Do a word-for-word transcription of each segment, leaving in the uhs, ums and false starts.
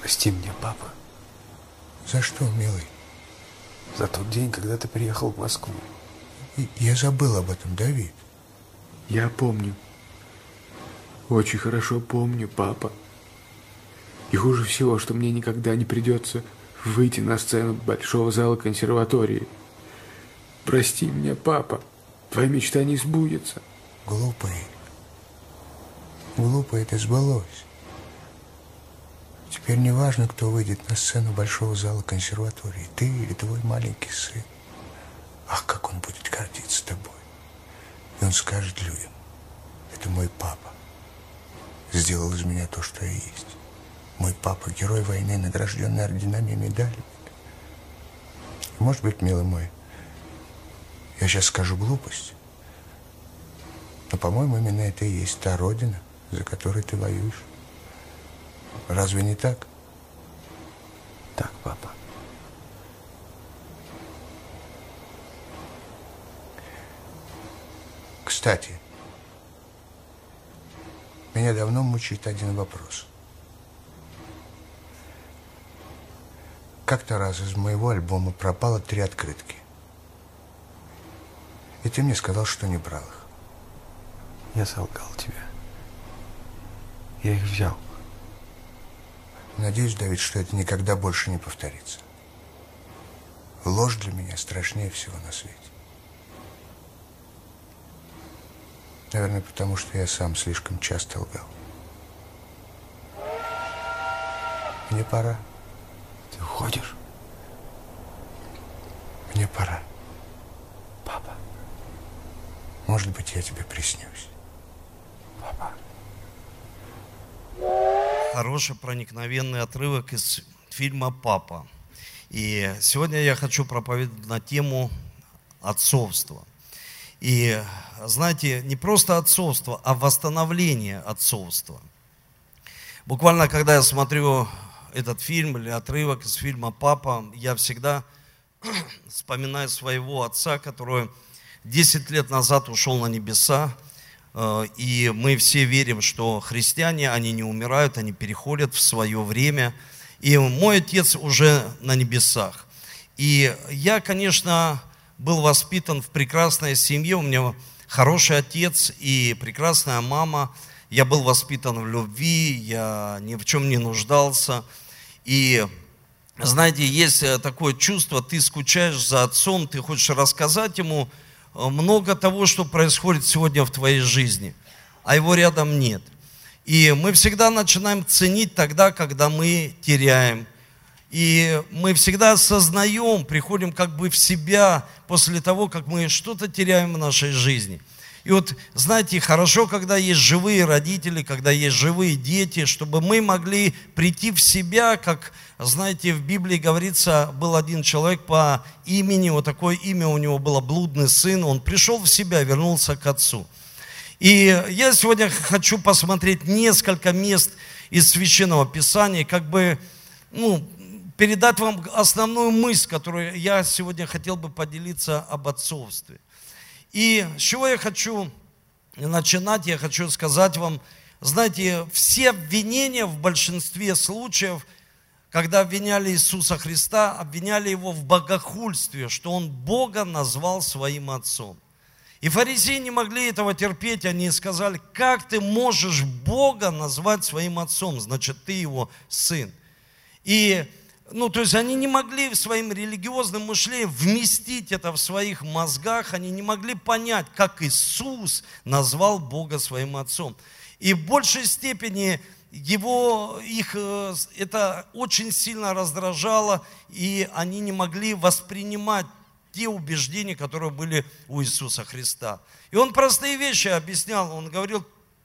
Прости меня, папа. За что, милый? За тот день, когда ты приехал в Москву. Я забыл об этом, Давид. Я помню. Очень хорошо помню, папа. И хуже всего, что мне никогда не придется выйти на сцену большого зала консерватории. Прости меня, папа. Твоя мечта не сбудется. Глупый. Глупый, это сбылось. Теперь не важно, кто выйдет на сцену большого зала консерватории. Ты или твой маленький сын. Ах, как он будет гордиться тобой. И он скажет людям: это мой папа. Сделал из меня то, что я есть. Мой папа — герой войны, награжденный орденами и медалями. Может быть, милый мой, я сейчас скажу глупость, но, по-моему, именно это и есть та родина, за которой ты воюешь. Разве не так? Так, папа. Кстати, меня давно мучает один вопрос. Как-то раз из моего альбома пропало три открытки. И ты мне сказал, что не брал их. Я солгал тебе. Я их взял. Надеюсь, Давид, что это никогда больше не повторится. Ложь для меня страшнее всего на свете. Наверное, потому что я сам слишком часто лгал. Мне пора. Ты уходишь? Мне пора. Папа. Может быть, я тебе приснюсь. Папа. Хороший проникновенный отрывок из фильма «Папа». И сегодня я хочу проповедовать на тему отцовства. И, знаете, не просто отцовство, а восстановление отцовства. Буквально, когда я смотрю этот фильм или отрывок из фильма «Папа», я всегда вспоминаю своего отца, который десять лет назад ушел на небеса. И мы все верим, что христиане, они не умирают, они переходят в свое время. И мой отец уже на небесах. И я, конечно, был воспитан в прекрасной семье. У меня хороший отец и прекрасная мама. Я был воспитан в любви, я ни в чем не нуждался. И, знаете, есть такое чувство, ты скучаешь за отцом, ты хочешь рассказать ему много того, что происходит сегодня в твоей жизни, а его рядом нет. И мы всегда начинаем ценить тогда, когда мы теряем. И мы всегда осознаем, приходим как бы в себя после того, как мы что-то теряем в нашей жизни. И вот, знаете, хорошо, когда есть живые родители, когда есть живые дети, чтобы мы могли прийти в себя, как, знаете, в Библии говорится, был один человек по имени, вот такое имя у него было, блудный сын, он пришел в себя, вернулся к отцу. И я сегодня хочу посмотреть несколько мест из Священного Писания, как бы, ну, передать вам основную мысль, которую я сегодня хотел бы поделиться об отцовстве. И с чего я хочу начинать, я хочу сказать вам, знаете, все обвинения в большинстве случаев, когда обвиняли Иисуса Христа, обвиняли Его в богохульстве, что Он Бога назвал своим отцом. И фарисеи не могли этого терпеть, они сказали: как ты можешь Бога назвать своим отцом, значит, ты Его сын. И Ну, то есть они не могли своим религиозным мышлением вместить это в своих мозгах, они не могли понять, как Иисус назвал Бога своим отцом. И в большей степени его, их это очень сильно раздражало, и они не могли воспринимать те убеждения, которые были у Иисуса Христа. И Он простые вещи объяснял, Он говорил: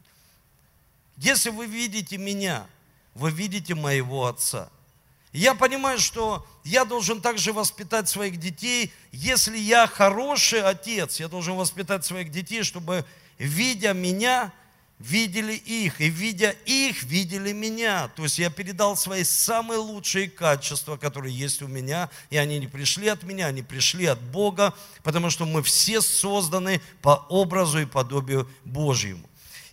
если вы видите меня, вы видите моего отца. Я понимаю, что я должен также воспитать своих детей. Если я хороший отец, я должен воспитать своих детей, чтобы, видя меня, видели их. И видя их, видели меня. То есть я передал свои самые лучшие качества, которые есть у меня. И они не пришли от меня, они пришли от Бога, потому что мы все созданы по образу и подобию Божьему.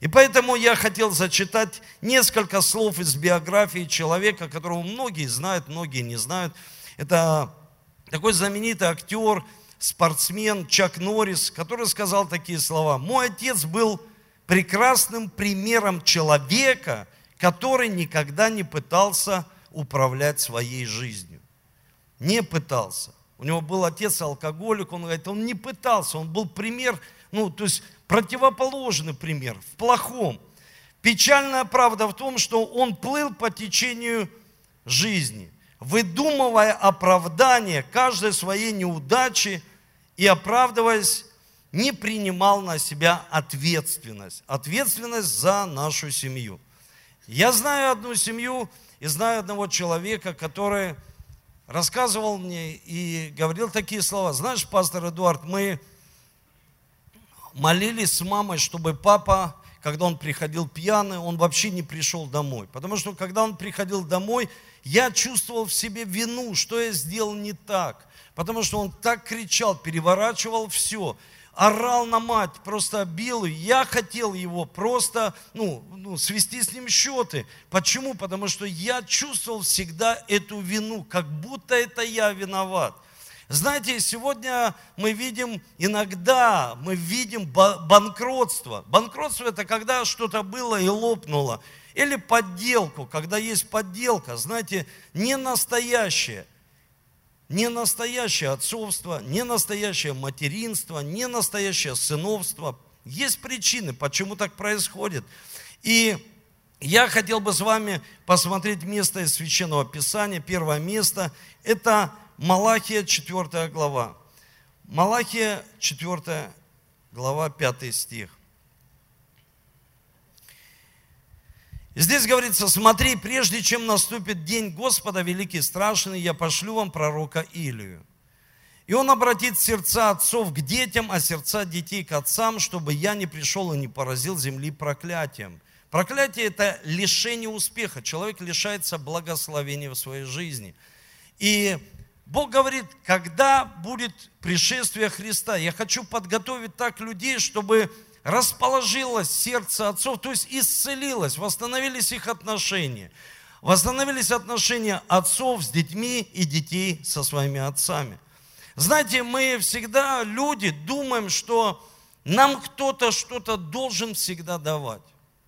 И поэтому я хотел зачитать несколько слов из биографии человека, которого многие знают, многие не знают. Это такой знаменитый актер, спортсмен Чак Норрис, который сказал такие слова: «Мой отец был прекрасным примером человека, который никогда не пытался управлять своей жизнью». Не пытался. У него был отец алкоголик, он говорит, он не пытался, он был пример, ну, то есть противоположный пример, в плохом. Печальная правда в том, что он плыл по течению жизни, выдумывая оправдание каждой своей неудачи и, оправдываясь, не принимал на себя ответственность. Ответственность за нашу семью. Я знаю одну семью и знаю одного человека, который рассказывал мне и говорил такие слова. Знаешь, пастор Эдуард, мы молились с мамой, чтобы папа, когда он приходил пьяный, он вообще не пришел домой. Потому что, когда он приходил домой, я чувствовал в себе вину, что я сделал не так. Потому что он так кричал, переворачивал все, орал на мать, просто бил ее. Я хотел его просто ну, ну, свести с ним счеты. Почему? Потому что я чувствовал всегда эту вину, как будто это я виноват. Знаете, сегодня мы видим, иногда мы видим банкротство. Банкротство – это когда что-то было и лопнуло. Или подделку, когда есть подделка, знаете, не настоящее. Не настоящее отцовство, не настоящее материнство, не настоящее сыновство. Есть причины, почему так происходит. И я хотел бы с вами посмотреть место из Священного Писания. Первое место – это Малахия, четвёртая глава. Малахия, четвёртая глава, пятый стих. Здесь говорится: «Смотри, прежде чем наступит день Господа великий и страшный, я пошлю вам пророка Илию. И он обратит сердца отцов к детям, а сердца детей к отцам, чтобы я не пришел и не поразил земли проклятием». Проклятие – это лишение успеха. Человек лишается благословения в своей жизни. И Бог говорит, когда будет пришествие Христа, я хочу подготовить так людей, чтобы расположилось сердце отцов, то есть исцелилось, восстановились их отношения. Восстановились отношения отцов с детьми и детей со своими отцами. Знаете, мы всегда, люди, думаем, что нам кто-то что-то должен всегда давать.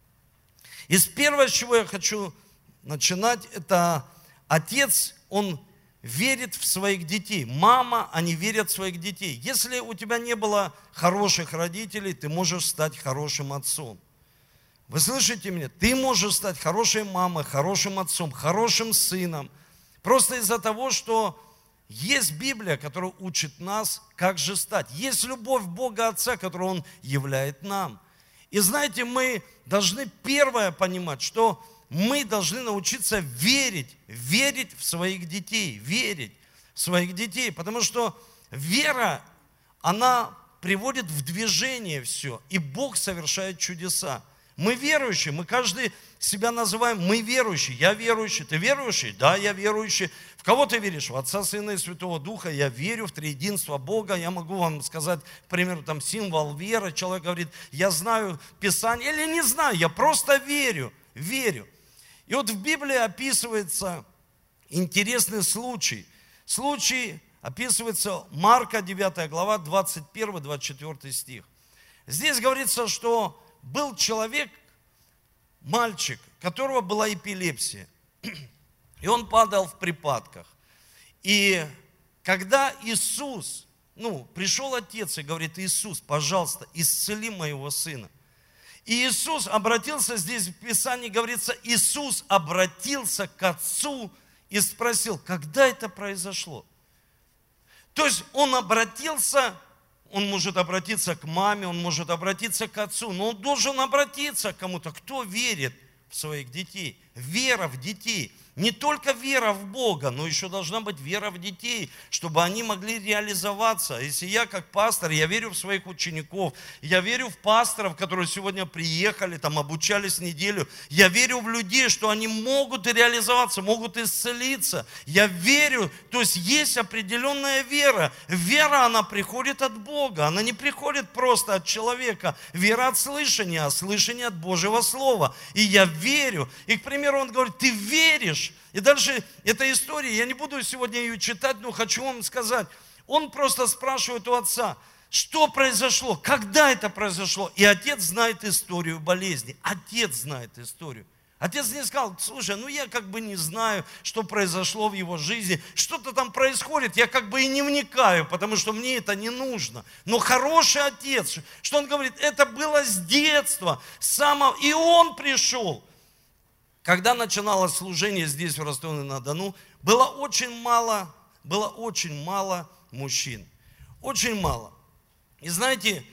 И первое, с чего я хочу начинать, это отец, он верит в своих детей. Мама, они верят в своих детей. Если у тебя не было хороших родителей, ты можешь стать хорошим отцом. Вы слышите меня? Ты можешь стать хорошей мамой, хорошим отцом, хорошим сыном. Просто из-за того, что есть Библия, которая учит нас, как же стать. Есть любовь Бога Отца, которую Он являет нам. И знаете, мы должны первое понимать, что мы должны научиться верить, верить в своих детей, верить в своих детей, потому что вера, она приводит в движение все, и Бог совершает чудеса. Мы верующие, мы каждый себя называем, мы верующие, я верующий, ты верующий? Да, я верующий. В кого ты веришь? В Отца, Сына и Святого Духа. Я верю в триединство Бога. Я могу вам сказать, к примеру, там символ веры. Человек говорит, я знаю Писание или не знаю, я просто верю, верю. И вот в Библии описывается интересный случай. Случай описывается Марка, девятая глава, двадцать первый - двадцать четвёртый стих. Здесь говорится, что был человек, мальчик, у которого была эпилепсия. И он падал в припадках. И когда Иисус, ну, пришел отец и говорит, Иисус, пожалуйста, исцели моего сына. И Иисус обратился, здесь в Писании говорится, Иисус обратился к Отцу и спросил, когда это произошло? То есть он обратился, он может обратиться к маме, он может обратиться к отцу, но он должен обратиться к кому-то, кто верит в своих детей. Вера в детей. Не только вера в Бога, но еще должна быть вера в детей, чтобы они могли реализоваться. Если я как пастор, я верю в своих учеников, я верю в пасторов, которые сегодня приехали, там обучались неделю, я верю в людей, что они могут реализоваться, могут исцелиться. Я верю, то есть есть определенная вера. Вера, она приходит от Бога, она не приходит просто от человека. Вера от слышания, а слышание от Божьего Слова. И я верю. И, к примеру, он говорит, ты веришь. И дальше эта история, я не буду сегодня ее читать, но хочу вам сказать. Он просто спрашивает у отца, что произошло, когда это произошло. И отец знает историю болезни. Отец знает историю. Отец не сказал, слушай, ну я как бы не знаю, что произошло в его жизни. Что-то там происходит, я как бы и не вникаю, потому что мне это не нужно. Но хороший отец, что он говорит, это было с детства, с самого... И он пришел. Когда начиналось служение здесь, в Ростове-на-Дону, было очень мало, было очень мало мужчин. Очень мало. И знаете,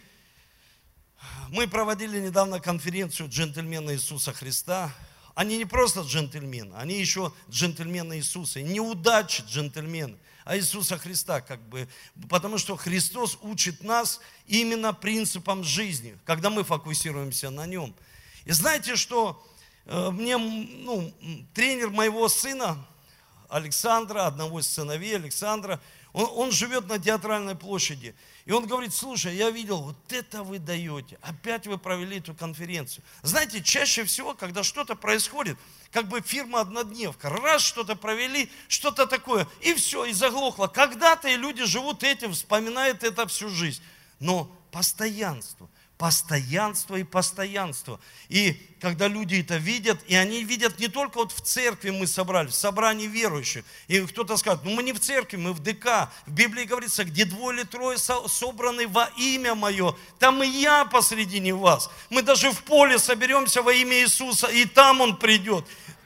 мы проводили недавно конференцию «Джентльмены Иисуса Христа». Они не просто джентльмены, они еще джентльмены Иисуса. И неудачи джентльмены, а Иисуса Христа как бы. Потому что Христос учит нас именно принципам жизни, когда мы фокусируемся на Нем. И знаете, что э, мне, ну, тренер моего сына, Александра, одного из сыновей Александра, он, он живет на Театральной площади. И он говорит, слушай, я видел, вот это вы даете, опять вы провели эту конференцию. Знаете, чаще всего, когда что-то происходит, как бы фирма-однодневка, раз что-то провели, что-то такое, и все, и заглохло. Когда-то и люди живут этим, вспоминают это всю жизнь. Но постоянство, постоянство и постоянство. И когда люди это видят, и они видят не только вот в церкви мы собрались, в собрании верующих, и кто-то скажет, ну мы не в церкви, мы в ДК. В Библии говорится, где двое или трое собраны во имя Мое, там и я посредине вас. Мы даже в поле соберемся во имя Иисуса, и там Он придет.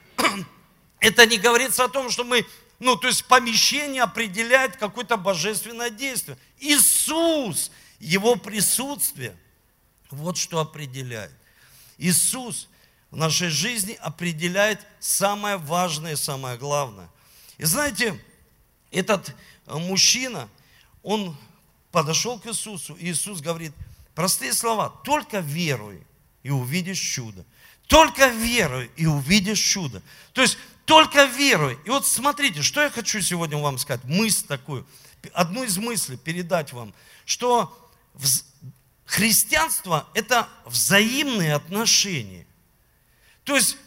Это не говорится о том, что мы, ну то есть помещение определяет какое-то божественное действие. Иисус, Его присутствие, вот что определяет. Иисус в нашей жизни определяет самое важное и самое главное. И знаете, этот мужчина, он подошел к Иисусу, и Иисус говорит, простые слова, только веруй и увидишь чудо. Только веруй и увидишь чудо. То есть, только веруй. И вот смотрите, что я хочу сегодня вам сказать, мысль такую, одну из мыслей передать вам, что христианство – это взаимные отношения. То есть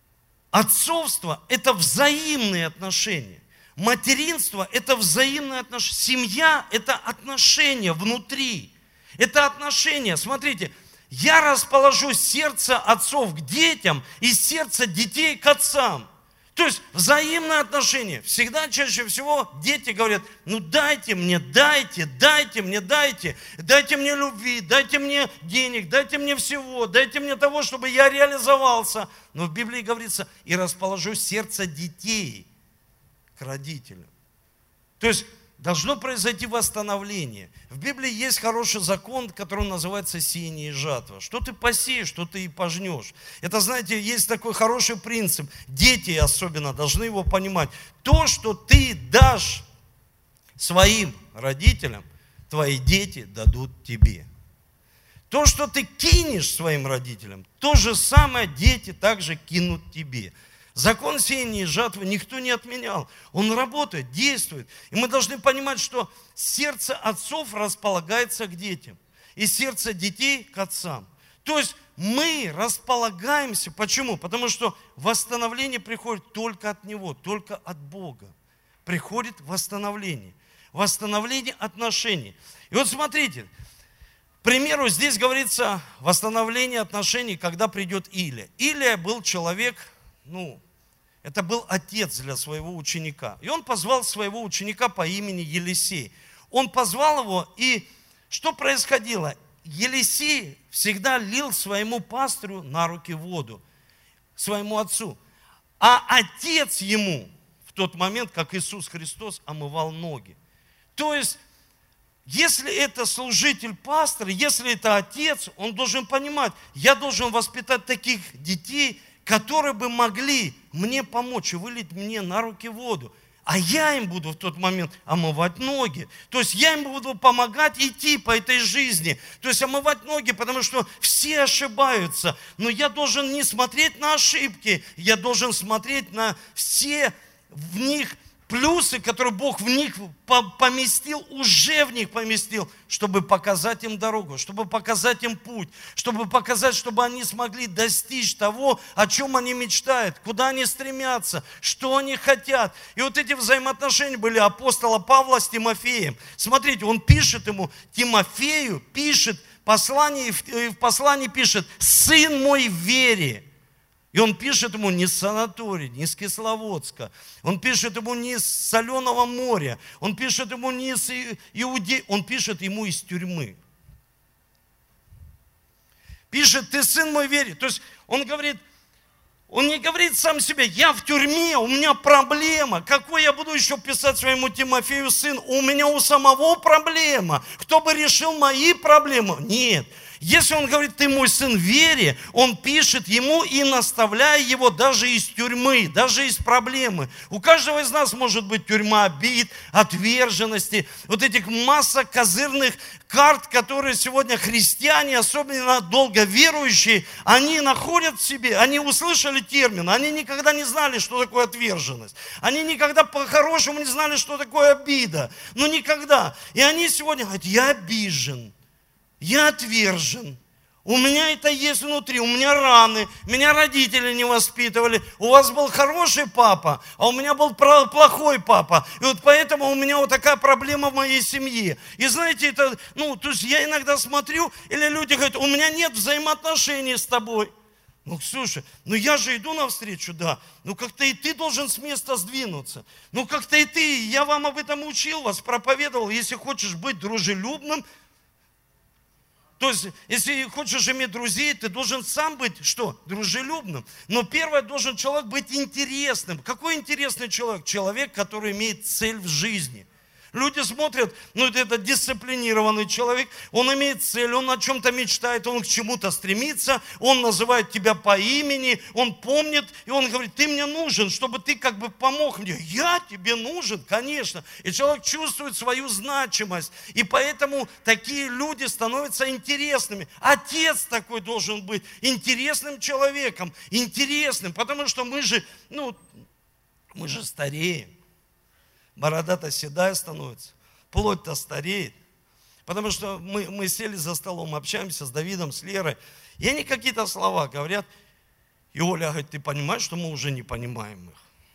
отцовство – это взаимные отношения. Материнство – это взаимные отношения. Семья – это отношения внутри. Это отношения. Смотрите, я расположу сердце отцов к детям и сердце детей к отцам. То есть взаимные отношения. Всегда чаще всего дети говорят, ну дайте мне, дайте, дайте мне, дайте. Дайте мне любви, дайте мне денег, дайте мне всего, дайте мне того, чтобы я реализовался. Но в Библии говорится, и расположу сердце детей к родителям. То есть должно произойти восстановление. В Библии есть хороший закон, который называется сеяние и жатва. Что ты посеешь, что ты и пожнешь. Это, знаете, есть такой хороший принцип. Дети особенно должны его понимать. То, что ты дашь своим родителям, твои дети дадут тебе. То, что ты кинешь своим родителям, то же самое дети также кинут тебе. Закон сеяния и жатвы никто не отменял. Он работает, действует. И мы должны понимать, что сердце отцов располагается к детям. И сердце детей к отцам. То есть мы располагаемся. Почему? Потому что восстановление приходит только от Него, только от Бога. Приходит восстановление. Восстановление отношений. И вот смотрите. К примеру, здесь говорится восстановление отношений, когда придет Илия. Илия был человек, ну... Это был отец для своего ученика. И он позвал своего ученика по имени Елисей. Он позвал его, и что происходило? Елисей всегда лил своему пастырю на руки воду, своему отцу. А отец ему в тот момент, как Иисус Христос, омывал ноги. То есть, если это служитель пастора, если это отец, он должен понимать, я должен воспитать таких детей, которые бы могли мне помочь и вылить мне на руки воду. А я им буду в тот момент омывать ноги. То есть я им буду помогать идти по этой жизни. То есть омывать ноги, потому что все ошибаются. Но я должен не смотреть на ошибки, я должен смотреть на все в них плюсы, которые Бог в них поместил, уже в них поместил, чтобы показать им дорогу, чтобы показать им путь, чтобы показать, чтобы они смогли достичь того, о чем они мечтают, куда они стремятся, что они хотят. И вот эти взаимоотношения были апостола Павла с Тимофеем. Смотрите, он пишет ему, Тимофею пишет послание, и в послании пишет: «Сын мой в вере». И он пишет ему не с санатория, не с Кисловодска. Он пишет ему не с Соленого моря. Он пишет ему не с Иудеи. Он пишет ему из тюрьмы. Пишет: «Ты сын мой в вере». То есть он говорит, он не говорит сам себе: я в тюрьме, у меня проблема. Какой я буду еще писать своему Тимофею сын? У меня у самого проблема. Кто бы решил мои проблемы? Нет. Если он говорит: ты мой сын в вере, он пишет ему и наставляя его даже из тюрьмы, даже из проблемы. У каждого из нас может быть тюрьма обид, отверженности, вот этих масса козырных карт, которые сегодня христиане, особенно долго верующие, они находят в себе, они услышали термин, они никогда не знали, что такое отверженность. Они никогда по-хорошему не знали, что такое обида. Ну никогда. И они сегодня говорят: я обижен. Я отвержен. У меня это есть внутри, у меня раны, меня родители не воспитывали. У вас был хороший папа, а у меня был плохой папа. И вот поэтому у меня вот такая проблема в моей семье. И знаете, это, ну, то есть я иногда смотрю, или люди говорят: у меня нет взаимоотношений с тобой. Ну, слушай, ну я же иду навстречу, да. Ну, как-то и ты должен с места сдвинуться. Ну, как-то и ты, я вам об этом учил, вас проповедовал. Если хочешь быть дружелюбным, то есть, если хочешь иметь друзей, ты должен сам быть, что, дружелюбным. Но первое, должен человек быть интересным. Какой интересный человек? Человек, который имеет цель в жизни. Люди смотрят, ну это дисциплинированный человек, он имеет цель, он о чем-то мечтает, он к чему-то стремится, он называет тебя по имени, он помнит, и он говорит: ты мне нужен, чтобы ты как бы помог мне. Я тебе нужен, конечно. И человек чувствует свою значимость, и поэтому такие люди становятся интересными. Отец такой должен быть интересным человеком, интересным, потому что мы же, ну, мы же стареем. Борода-то седая становится, плоть-то стареет. Потому что мы, мы сели за столом, общаемся с Давидом, с Лерой, и они какие-то слова говорят. И Оля говорит: ты понимаешь, что мы уже не понимаем их?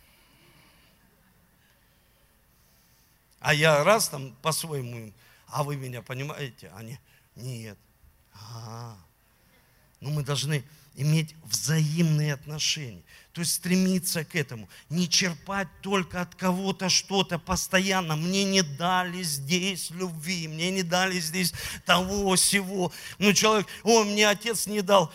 А я раз там по-своему: а вы меня понимаете? Они: нет. А-а-а. Ну мы должны иметь взаимные отношения. То есть стремиться к этому. Не черпать только от кого-то что-то постоянно. Мне не дали здесь любви, мне не дали здесь того, сего. Ну человек: о, мне отец не дал.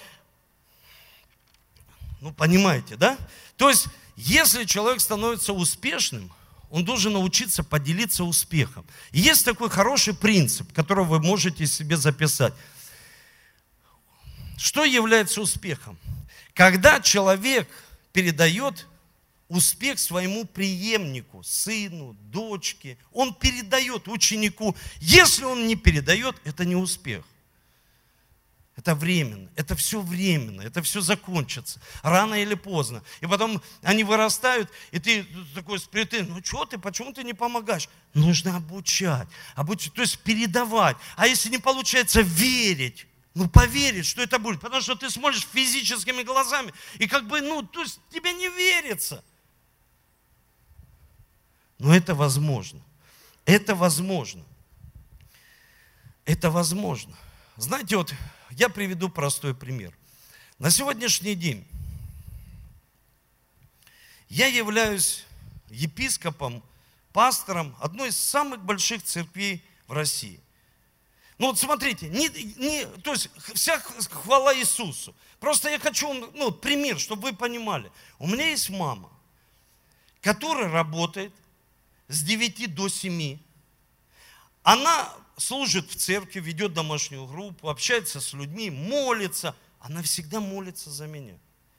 Ну понимаете, да? То есть, если человек становится успешным, он должен научиться поделиться успехом. И есть такой хороший принцип, который вы можете себе записать. Что является успехом? Когда человек передает успех своему преемнику, сыну, дочке, он передает ученику. Если он не передает, это не успех. Это временно, это все временно, это все закончится, рано или поздно. И потом они вырастают, и ты такой с претензией: ну что ты, почему ты не помогаешь? Нужно обучать, обучать, то есть передавать. А если не получается, верить. Ну, поверить, что это будет. Потому что ты смотришь физическими глазами, и как бы, ну, то есть тебе не верится. Но это возможно. Это возможно. Это возможно. Знаете, вот я приведу простой пример. На сегодняшний день я являюсь епископом, пастором одной из самых больших церквей в России. Ну вот смотрите, не, не, то есть вся хвала Иисусу. Просто я хочу, ну, пример, чтобы вы понимали. У меня есть мама, которая работает с девяти до семи. Она служит в церкви, ведет домашнюю группу, общается с людьми, молится. Она всегда молится за меня.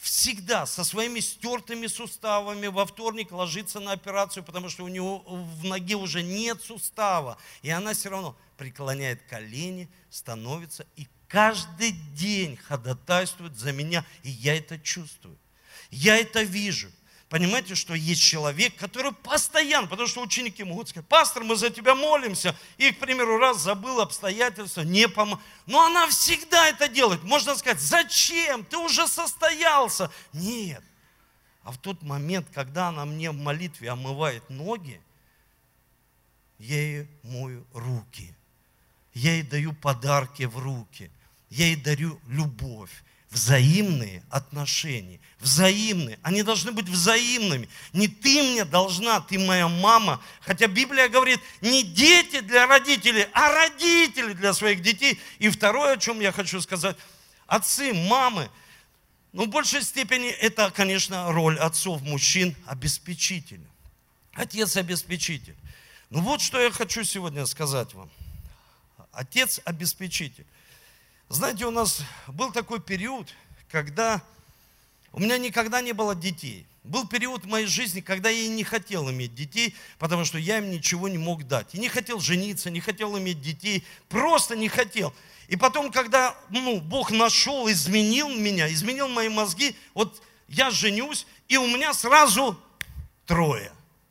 всегда со своими стертыми суставами во вторник ложится на операцию, потому что у него в ноге уже нет сустава. И она все равно преклоняет колени, становится и каждый день ходатайствует за меня. И я это чувствую. Я это вижу. Понимаете, что есть человек, который постоянно, потому что ученики могут сказать: пастор, мы за тебя молимся, и, к примеру, раз забыл обстоятельства, не помог. Но она всегда это делает. Можно сказать: зачем? Ты уже состоялся. Нет. А в тот момент, когда она мне в молитве омывает ноги, я ей мою руки. Я ей даю подарки в руки. Я ей дарю любовь. Взаимные отношения. Взаимные. Они должны быть взаимными. Не ты мне должна, ты моя мама. Хотя Библия говорит, не дети для родителей, а родители для своих детей. И второе, о чем я хочу сказать. Отцы, мамы. Ну, в большей степени это, конечно, роль отцов, мужчин, обеспечитель. Отец-обеспечитель. Ну, вот что я хочу сегодня сказать вам. Отец-обеспечитель. Знаете, у нас был такой период, когда у меня никогда не было детей. Был период в моей жизни, когда я и не хотел иметь детей, потому что я им ничего не мог дать. И не хотел жениться, не хотел иметь детей, просто не хотел. И потом, когда ну, Бог нашел, изменил меня, изменил мои мозги, вот я женюсь, и у меня сразу трое.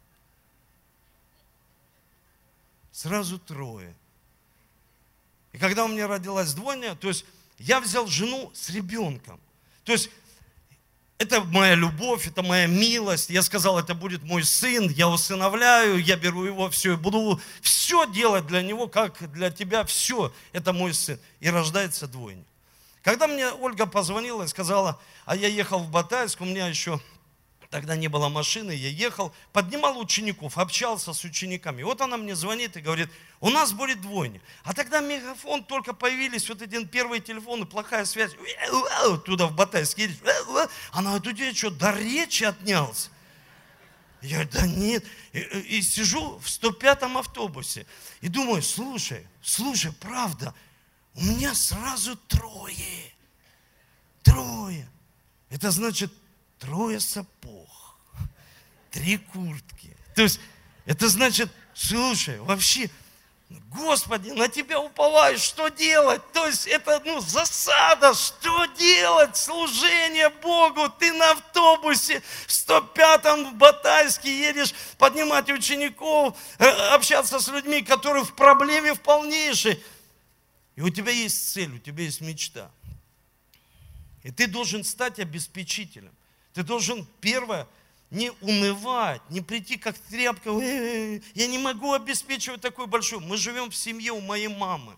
Сразу трое. И когда у меня родилась двойня, то есть я взял жену с ребенком. То есть это моя любовь, это моя милость. Я сказал, это будет мой сын, я усыновляю, я беру его, все, и буду все делать для него, как для тебя, все, это мой сын. И рождается двойня. Когда мне Ольга позвонила и сказала, а я ехал в Батайск, у меня еще тогда не было машины, я ехал, поднимал учеников, общался с учениками. Вот она мне звонит и говорит, у нас будет двойня. А тогда мегафон, только появились вот эти первые телефоны, плохая связь. Туда в Батайск едешь. Она говорит, у тебя что, до речи отнялся? Я говорю, да нет. И, и сижу в сто пятом автобусе и думаю, слушай, слушай, правда, у меня сразу трое. Трое. Это значит, трое сапог, три куртки. То есть, это значит, слушай, вообще, Господи, на тебя уповаю, что делать? То есть, это, ну, засада, что делать? Служение Богу, ты на автобусе в сто пятом в Батайске едешь поднимать учеников, общаться с людьми, которые в проблеме в полнейшей. И у тебя есть цель, у тебя есть мечта. И ты должен стать обеспечителем. Ты должен, первое, не унывать, не прийти как тряпка. Я не могу обеспечивать такой большой. Мы живем в семье у моей мамы.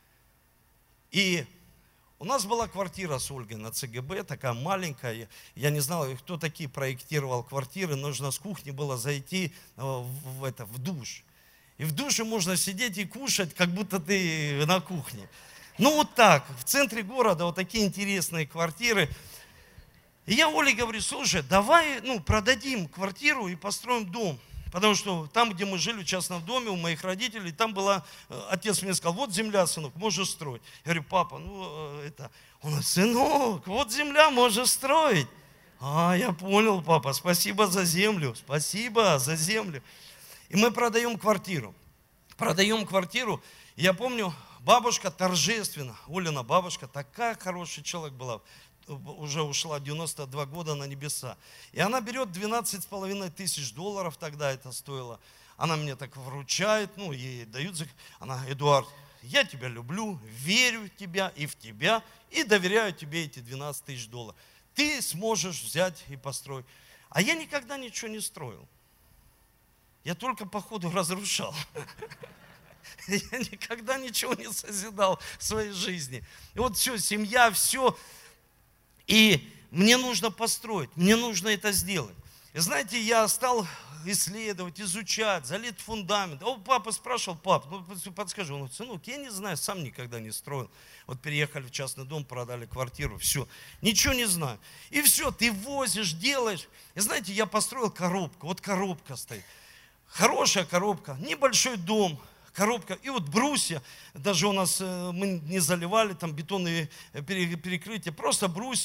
И у нас была квартира с Ольгой на ЦГБ, такая маленькая. Я не знал, кто такие проектировал квартиры. Нужно с кухни было зайти в, это, в душ. И в душе можно сидеть и кушать, как будто ты на кухне. Ну вот так, в центре города вот такие интересные квартиры. И я Оле говорю, слушай, давай ну, продадим квартиру и построим дом. Потому что там, где мы жили, в частном доме, у моих родителей, там была, отец мне сказал, вот земля, сынок, можешь строить. Я говорю, папа, ну это, он говорит, сынок, вот земля, можешь строить. А, я понял, папа, спасибо за землю, спасибо за землю. И мы продаем квартиру. Продаем квартиру, и я помню, бабушка торжественно, Олина бабушка, такая хороший человек была, уже ушла девяносто два года на небеса. И она берет двенадцать с половиной тысяч долларов, тогда это стоило. Она мне так вручает, ну, ей дают. Она, Эдуард, я тебя люблю, верю в тебя и в тебя, и доверяю тебе эти двенадцать тысяч долларов. Ты сможешь взять и построить. А я никогда ничего не строил. Я только по ходу разрушал. Я никогда ничего не созидал в своей жизни. И вот все, семья, все. И мне нужно построить, мне нужно это сделать. И знаете, я стал исследовать, изучать, залить фундамент. О, папа спрашивал, пап, ну подскажи, он говорит, сынок, я не знаю, сам никогда не строил. Вот переехали в частный дом, продали квартиру, все, ничего не знаю. И все, ты возишь, делаешь. И знаете, я построил коробку, вот коробка стоит. Хорошая коробка, небольшой дом, коробка. И вот брусья, даже у нас мы не заливали там бетонные перекрытия, просто брусья.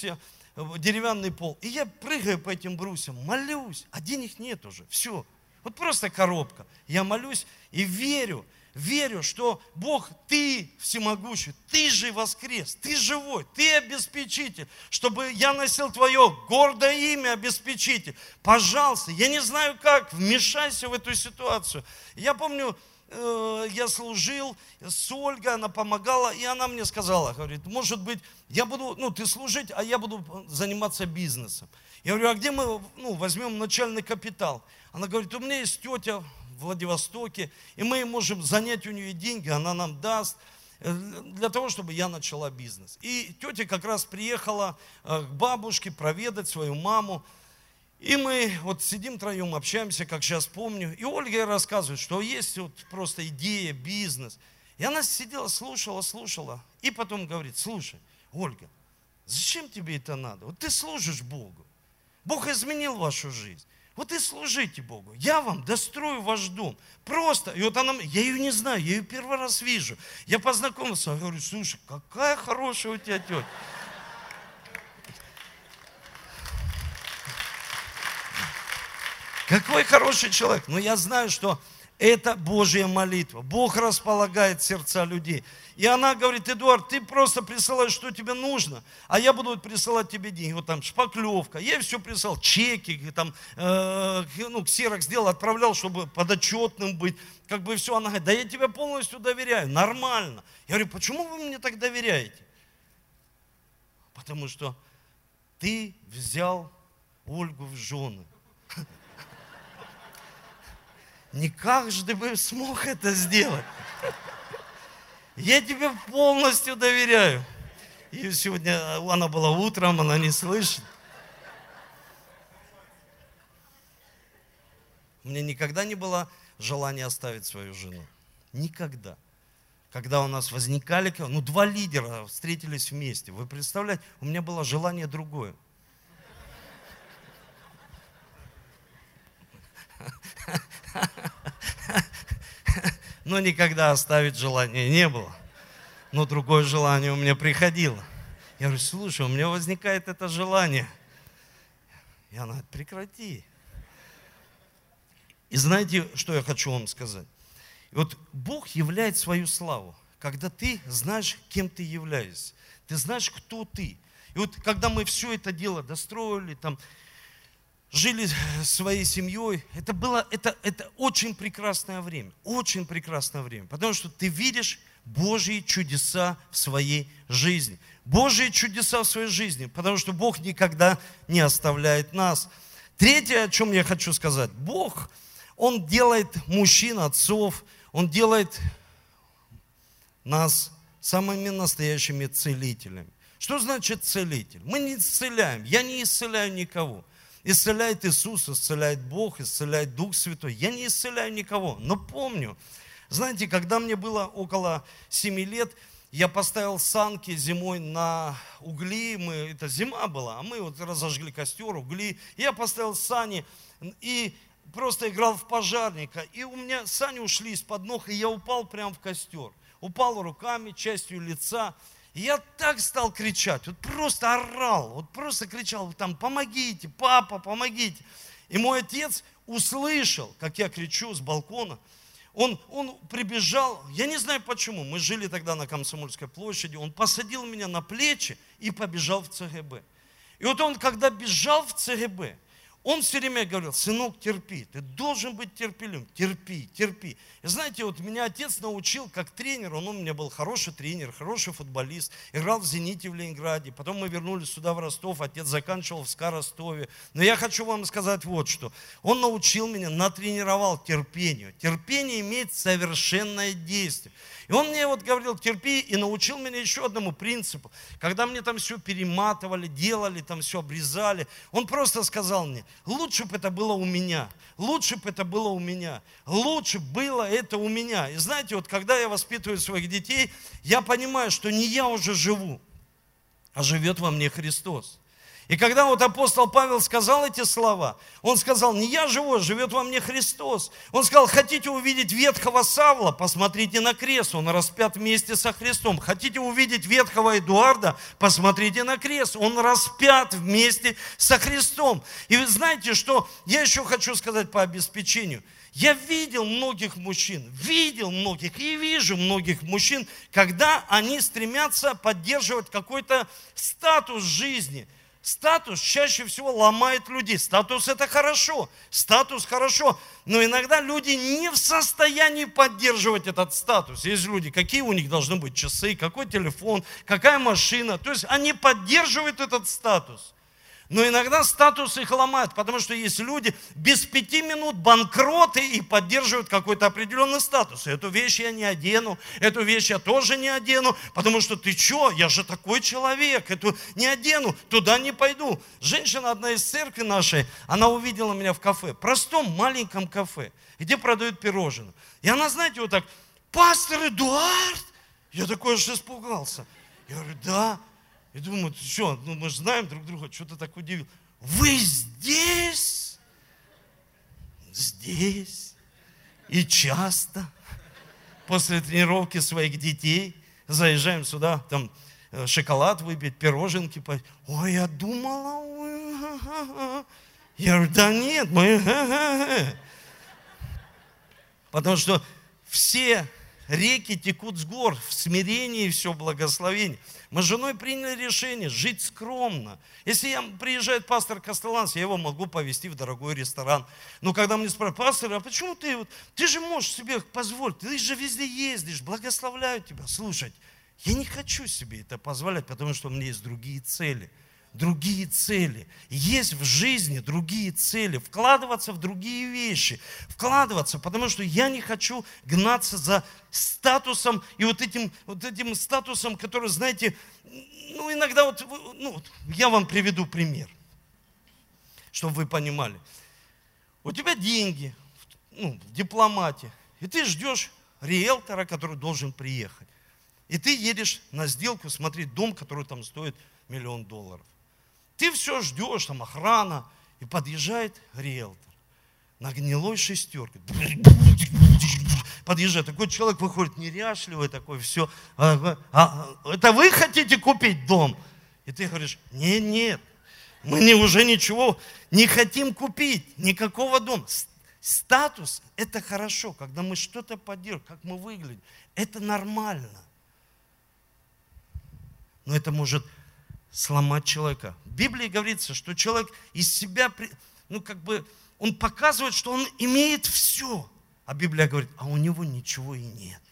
деревянный пол. И я прыгаю по этим брусьям, молюсь, а денег нет уже, все. Вот просто коробка. Я молюсь и верю, верю, что Бог, Ты всемогущий, Ты же воскрес, Ты живой, Ты обеспечитель, чтобы я носил Твое гордое имя обеспечитель. Пожалуйста, я не знаю как, вмешайся в эту ситуацию. Я помню, я служил с Ольгой, она помогала, и она мне сказала, говорит, может быть, я буду, ну, ты служить, а я буду заниматься бизнесом. Я говорю, а где мы, ну, возьмем начальный капитал? Она говорит, у меня есть тетя в Владивостоке, и мы можем занять у нее деньги, она нам даст, для того, чтобы я начала бизнес. И тетя как раз приехала к бабушке проведать свою маму. И мы вот сидим втроем, общаемся, как сейчас помню. И Ольга рассказывает, что есть вот просто идея, бизнес. И она сидела, слушала, слушала. И потом говорит, слушай, Ольга, зачем тебе это надо? Вот ты служишь Богу. Бог изменил вашу жизнь. Вот и служите Богу. Я вам дострою ваш дом. Просто. И вот она, я ее не знаю, я ее первый раз вижу. Я познакомился, я говорю, слушай, какая хорошая у тебя тетя. Какой хороший человек. Но я знаю, что это Божья молитва. Бог располагает сердца людей. И она говорит, Эдуард, ты просто присылаешь, что тебе нужно, а я буду присылать тебе деньги. Вот там шпаклевка. Я ей все присылал, чеки, там, э, ну, ксерокс сделал, отправлял, чтобы подотчетным быть. Как бы все. Она говорит, да я тебе полностью доверяю, нормально. Я говорю, почему вы мне так доверяете? Потому что ты взял Ольгу в жены. Не каждый бы смог это сделать. Я тебе полностью доверяю. И сегодня она была утром, она не слышит. У меня никогда не было желания оставить свою жену. Никогда. Когда у нас возникали, ну, два лидера встретились вместе. Вы представляете, у меня было желание другое. Но никогда оставить желания не было. Но другое желание у меня приходило. Я говорю, слушай, у меня возникает это желание. И она говорит, прекрати. И знаете, что я хочу вам сказать? И вот Бог являет свою славу, когда ты знаешь, кем ты являешься. Ты знаешь, кто ты. И вот когда мы все это дело достроили, там, жили своей семьей, это было, это, это очень прекрасное время, очень прекрасное время, потому что ты видишь Божьи чудеса в своей жизни. Божьи чудеса в своей жизни, потому что Бог никогда не оставляет нас. Третье, о чем я хочу сказать, Бог, Он делает мужчин, отцов, Он делает нас самыми настоящими целителями. Что значит целитель? Мы не исцеляем, я не исцеляю никого. Исцеляет Иисус, исцеляет Бог, исцеляет Дух Святой. Я не исцеляю никого, но помню, знаете, когда мне было около семи лет, я поставил санки зимой на угли, мы, это зима была, а мы вот разожгли костер, угли, я поставил сани и просто играл в пожарника, и у меня сани ушли из-под ног, и я упал прямо в костер, упал руками, частью лица. И я так стал кричать, вот просто орал, вот просто кричал, там, помогите, папа, помогите. И мой отец услышал, как я кричу с балкона, он, он прибежал, я не знаю почему, мы жили тогда на Комсомольской площади, он посадил меня на плечи и побежал в ЦГБ. И вот он, когда бежал в ЦГБ, он все время говорил, сынок, терпи, ты должен быть терпеливым, терпи, терпи. И знаете, вот меня отец научил как тренер, он у меня был хороший тренер, хороший футболист, играл в «Зените» в Ленинграде, потом мы вернулись сюда в Ростов, отец заканчивал в СКА Ростове. Но я хочу вам сказать вот что, он научил меня, натренировал терпению. Терпение имеет совершенное действие. И он мне вот говорил, терпи, и научил меня еще одному принципу. Когда мне там все перематывали, делали, там все обрезали, он просто сказал мне, лучше бы это было у меня, лучше бы это было у меня, лучше было это у меня. И знаете, вот когда я воспитываю своих детей, я понимаю, что не я уже живу, а живет во мне Христос. И когда вот апостол Павел сказал эти слова, он сказал, не я живу, живет во мне Христос. Он сказал, хотите увидеть ветхого Савла, посмотрите на крест, он распят вместе со Христом. Хотите увидеть ветхого Эдуарда, посмотрите на крест, он распят вместе со Христом. И вы знаете, что я еще хочу сказать по обеспечению. Я видел многих мужчин, видел многих и вижу многих мужчин, когда они стремятся поддерживать какой-то статус жизни. Статус чаще всего ломает людей. Статус это хорошо, статус хорошо, но иногда люди не в состоянии поддерживать этот статус. Есть люди, какие у них должны быть часы, какой телефон, какая машина. То есть они поддерживают этот статус. Но иногда статус их ломает, потому что есть люди без пяти минут банкроты и поддерживают какой-то определенный статус. Эту вещь я не одену, эту вещь я тоже не одену, потому что ты что, я же такой человек, эту не одену, туда не пойду. Женщина одна из церкви нашей, она увидела меня в кафе, простом маленьком кафе, где продают пирожные. И она, знаете, вот так, пастор Эдуард? Я такой аж испугался. Я говорю, да. И думаю, что, ну мы же знаем друг друга, что ты так удивил. Вы здесь? Здесь. И часто. После тренировки своих детей заезжаем сюда, там шоколад выпить, пироженки поесть. Ой, я думала, ой, я говорю, да нет, мы... Потому что все реки текут с гор, в смирении все благословение. Мы с женой приняли решение жить скромно. Если я, приезжает пастор Костеланс, я его могу повезти в дорогой ресторан. Но когда мне спрашивают, пастор, а почему ты, вот, ты же можешь себе позволить, ты же везде ездишь, благословляю тебя. Слушать, я не хочу себе это позволять, потому что у меня есть другие цели. Другие цели. Есть в жизни другие цели. Вкладываться в другие вещи. Вкладываться, потому что я не хочу гнаться за статусом и вот этим, вот этим статусом, который, знаете, ну иногда вот, ну, я вам приведу пример, чтобы вы понимали. У тебя деньги, ну, в дипломате, и ты ждешь риэлтора, который должен приехать. И ты едешь на сделку смотреть дом, который там стоит миллион долларов. Ты все ждешь, там охрана, и подъезжает риэлтор на гнилой шестерке. Подъезжает, такой человек выходит неряшливый, такой, все. А, а, это вы хотите купить дом? И ты говоришь, нет, нет, мы не, уже ничего не хотим купить, никакого дома. Статус – это хорошо, когда мы что-то поддерживаем, как мы выглядим. Это нормально. Но это может сломать человека. В Библии говорится, что человек из себя, ну как бы, он показывает, что он имеет все. А Библия говорит, а у него ничего и нет.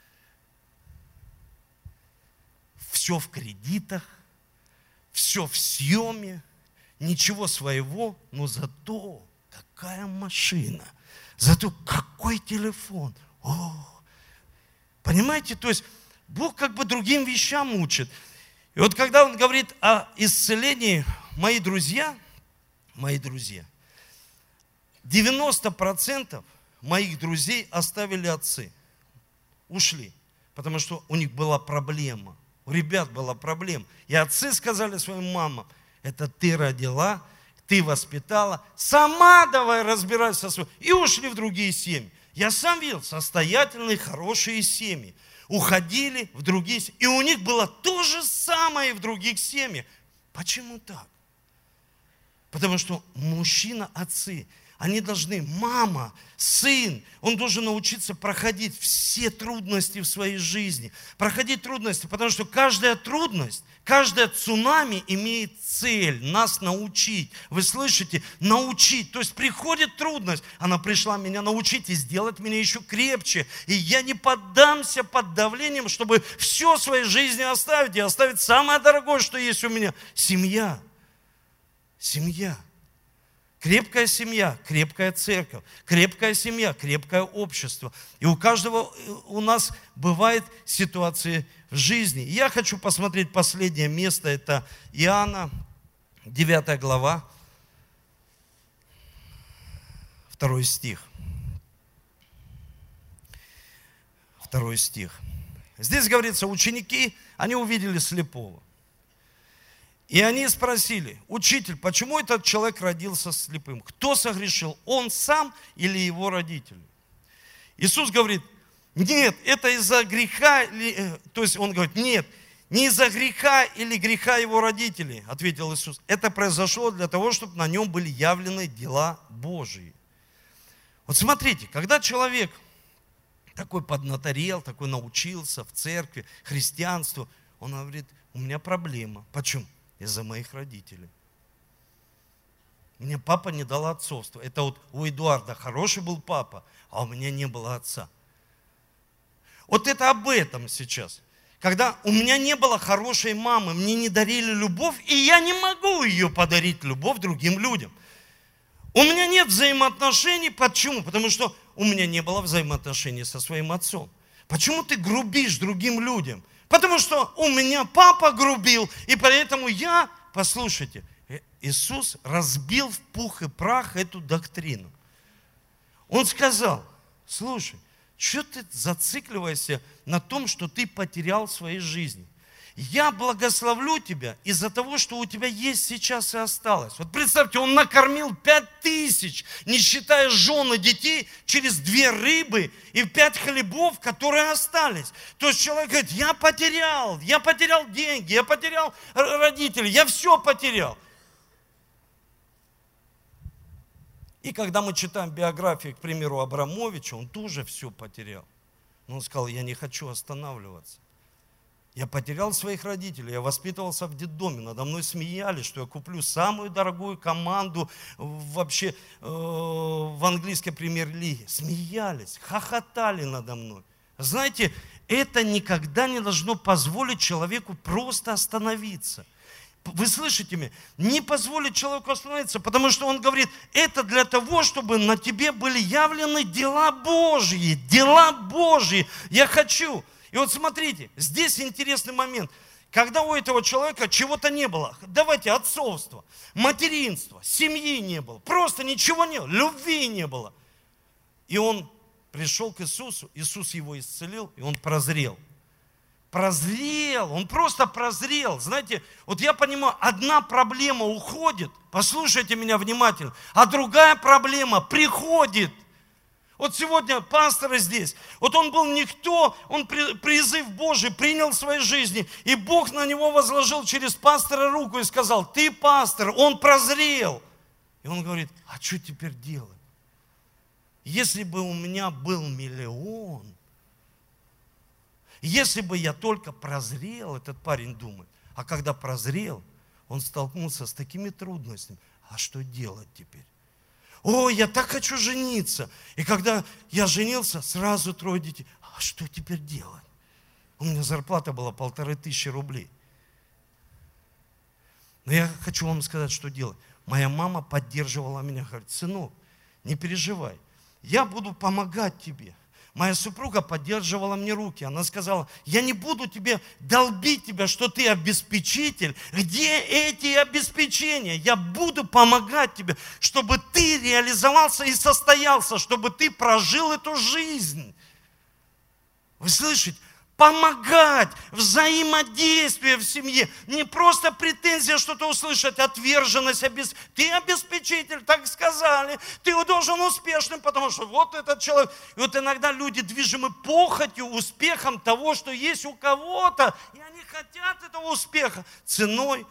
Все в кредитах, все в съеме, ничего своего, но зато какая машина, зато какой телефон. О, понимаете, то есть Бог как бы другим вещам учит. И вот когда он говорит о исцелении, мои друзья, мои друзья, девяносто процентов моих друзей оставили отцы, ушли, потому что у них была проблема, у ребят была проблема. И отцы сказали своим мамам, это ты родила, ты воспитала, сама давай разбирайся со своим. И ушли в другие семьи. Я сам видел состоятельные, хорошие семьи. Уходили в другие семьи. И у них было то же самое в других семьях. Почему так? Потому что мужчина, отцы, они должны, мама, сын, он должен научиться проходить все трудности в своей жизни. Проходить трудности, потому что каждая трудность, каждая цунами имеет цель нас научить. Вы слышите? Научить. То есть приходит трудность, она пришла меня научить и сделать меня еще крепче. И я не поддамся под давлением, чтобы все в своей жизни оставить и оставить самое дорогое, что есть у меня. Семья. Семья. Крепкая семья, крепкая церковь, крепкая семья, крепкое общество. И у каждого у нас бывают ситуации в жизни. Я хочу посмотреть последнее место, это Иоанна, девятая глава, второй стих. Второй стих. Здесь говорится, ученики, они увидели слепого. И они спросили: учитель, почему этот человек родился слепым? Кто согрешил, он сам или его родители? Иисус говорит: нет, это из-за греха, то есть он говорит: нет, не из-за греха или греха его родителей, ответил Иисус. Это произошло для того, чтобы на нем были явлены дела Божьи. Вот смотрите, когда человек такой поднаторел, такой научился в церкви, христианству, он говорит: у меня проблема. Почему? Из-за моих родителей. Мне папа не дал отцовство. Это вот у Эдуарда хороший был папа, а у меня не было отца. Вот это об этом сейчас. Когда у меня не было хорошей мамы, мне не дарили любовь, и я не могу ее подарить, любовь, другим людям. У меня нет взаимоотношений. Почему? Потому что у меня не было взаимоотношений со своим отцом. Почему ты грубишь другим людям? Потому что у меня папа грубил, и поэтому я, послушайте, Иисус разбил в пух и прах эту доктрину. Он сказал: слушай, что ты зацикливаешься на том, что ты потерял в своей жизни? Я благословлю тебя из-за того, что у тебя есть сейчас и осталось. Вот представьте, он накормил пять тысяч, не считая жен и детей, через две рыбы и пять хлебов, которые остались. То есть человек говорит: я потерял, я потерял деньги, я потерял родителей, я все потерял. И когда мы читаем биографии, к примеру, Абрамовича, он тоже все потерял. Но он сказал: я не хочу останавливаться. Я потерял своих родителей, я воспитывался в детдоме, надо мной смеялись, что я куплю самую дорогую команду вообще э, в английской премьер-лиге. Смеялись, хохотали надо мной. Знаете, это никогда не должно позволить человеку просто остановиться. Вы слышите меня? Не позволить человеку остановиться, потому что он говорит: это для того, чтобы на тебе были явлены дела Божьи, дела Божьи. Я хочу. И вот смотрите, здесь интересный момент. Когда у этого человека чего-то не было, давайте отцовство, материнство, семьи не было, просто ничего не было, любви не было. И он пришел к Иисусу, Иисус его исцелил, и он прозрел. Прозрел, он просто прозрел. Знаете, вот я понимаю, одна проблема уходит, послушайте меня внимательно, а другая проблема приходит. Вот сегодня пасторы здесь, вот он был никто, он призыв Божий принял в своей жизни, и Бог на него возложил через пастора руку и сказал: ты пастор, он прозрел. И он говорит: а что теперь делать? Если бы у меня был миллион, если бы я только прозрел, этот парень думает, а когда прозрел, он столкнулся с такими трудностями. А что делать теперь? О, я так хочу жениться. И когда я женился, сразу трое детей. А что теперь делать? У меня зарплата была полторы тысячи рублей. Но я хочу вам сказать, что делать. Моя мама поддерживала меня, говорит: сынок, не переживай, я буду помогать тебе. Моя супруга поддерживала мне руки. Она сказала: я не буду тебе долбить тебя, что ты обеспечитель. Где эти обеспечения? Я буду помогать тебе, чтобы ты реализовался и состоялся, чтобы ты прожил эту жизнь. Вы слышите? Помогать, взаимодействие в семье. Не просто претензия что-то услышать, отверженность. Обес... Ты обеспечитель, так сказали. Ты должен успешным, потому что вот этот человек. И вот иногда люди движимы похотью, успехом того, что есть у кого-то. И они хотят этого успеха ценой,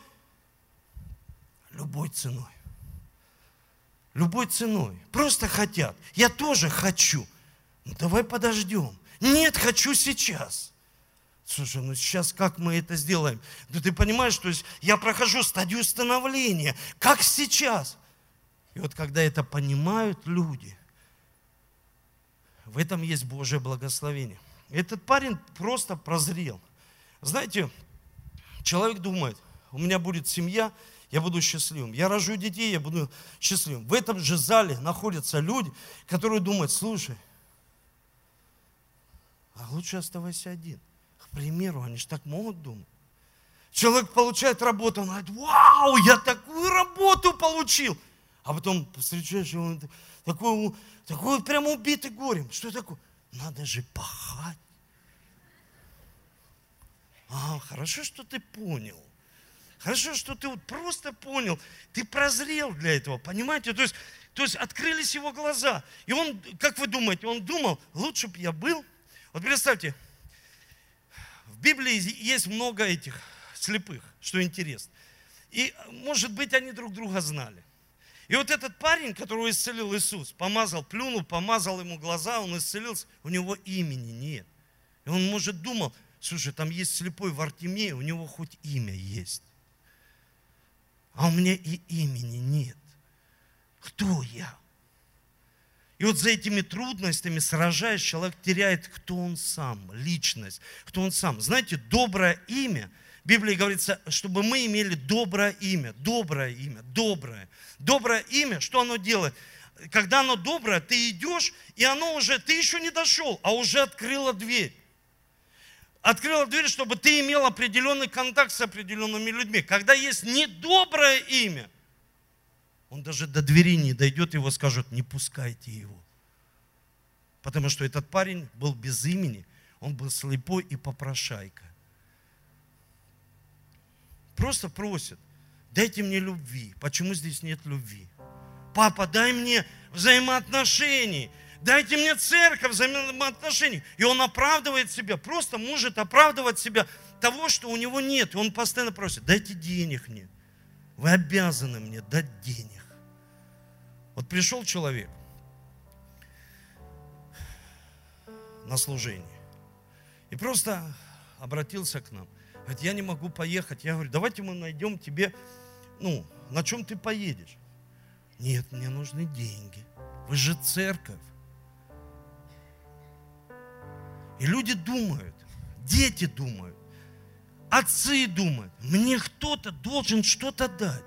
любой ценой. Любой ценой. Просто хотят. Я тоже хочу. Ну давай подождем. Нет, хочу сейчас. Слушай, ну сейчас как мы это сделаем? Да ты понимаешь, то есть я прохожу стадию становления. Как сейчас? И вот когда это понимают люди, в этом есть Божье благословение. Этот парень просто прозрел. Знаете, человек думает: у меня будет семья, я буду счастливым. Я рожу детей, я буду счастливым. В этом же зале находятся люди, которые думают: слушай, а лучше оставайся один. К примеру, они же так могут думать. Человек получает работу, он говорит: вау, я такую работу получил. А потом встречаешь его, такой, такой прямо убитый горем. Что такое? Надо же пахать. А, хорошо, что ты понял. Хорошо, что ты вот просто понял, ты прозрел для этого, понимаете? То есть, то есть открылись его глаза. И он, как вы думаете, он думал, лучше бы я был. Вот представьте, в Библии есть много этих слепых, что интересно. И, может быть, они друг друга знали. И вот этот парень, которого исцелил Иисус, помазал, плюнул, помазал ему глаза, он исцелился, у него имени нет. И он, может, думал, слушай, там есть слепой Вартимей, у него хоть имя есть. А у меня и имени нет. Кто я? И вот за этими трудностями, сражаясь, человек теряет, кто он сам, личность, кто он сам. Знаете, доброе имя, в Библии говорится, чтобы мы имели доброе имя, доброе имя, доброе. Доброе имя, что оно делает? Когда оно доброе, ты идешь, и оно уже, ты еще не дошел, а уже открыло дверь. Открыла дверь, чтобы ты имел определенный контакт с определенными людьми. Когда есть недоброе имя, он даже до двери не дойдет, его скажут, не пускайте его. Потому что этот парень был без имени, он был слепой и попрошайка. Просто просит, дайте мне любви. Почему здесь нет любви? Папа, дай мне взаимоотношений. Дайте мне церковь, взаимоотношений. И он оправдывает себя, просто может оправдывать себя того, что у него нет. И он постоянно просит, дайте денег мне. Вы обязаны мне дать денег. Вот пришел человек на служение и просто обратился к нам. Говорит, я не могу поехать. Я говорю, давайте мы найдем тебе, ну, на чем ты поедешь. Нет, мне нужны деньги. Вы же церковь. И люди думают, дети думают, отцы думают, мне кто-то должен что-то дать.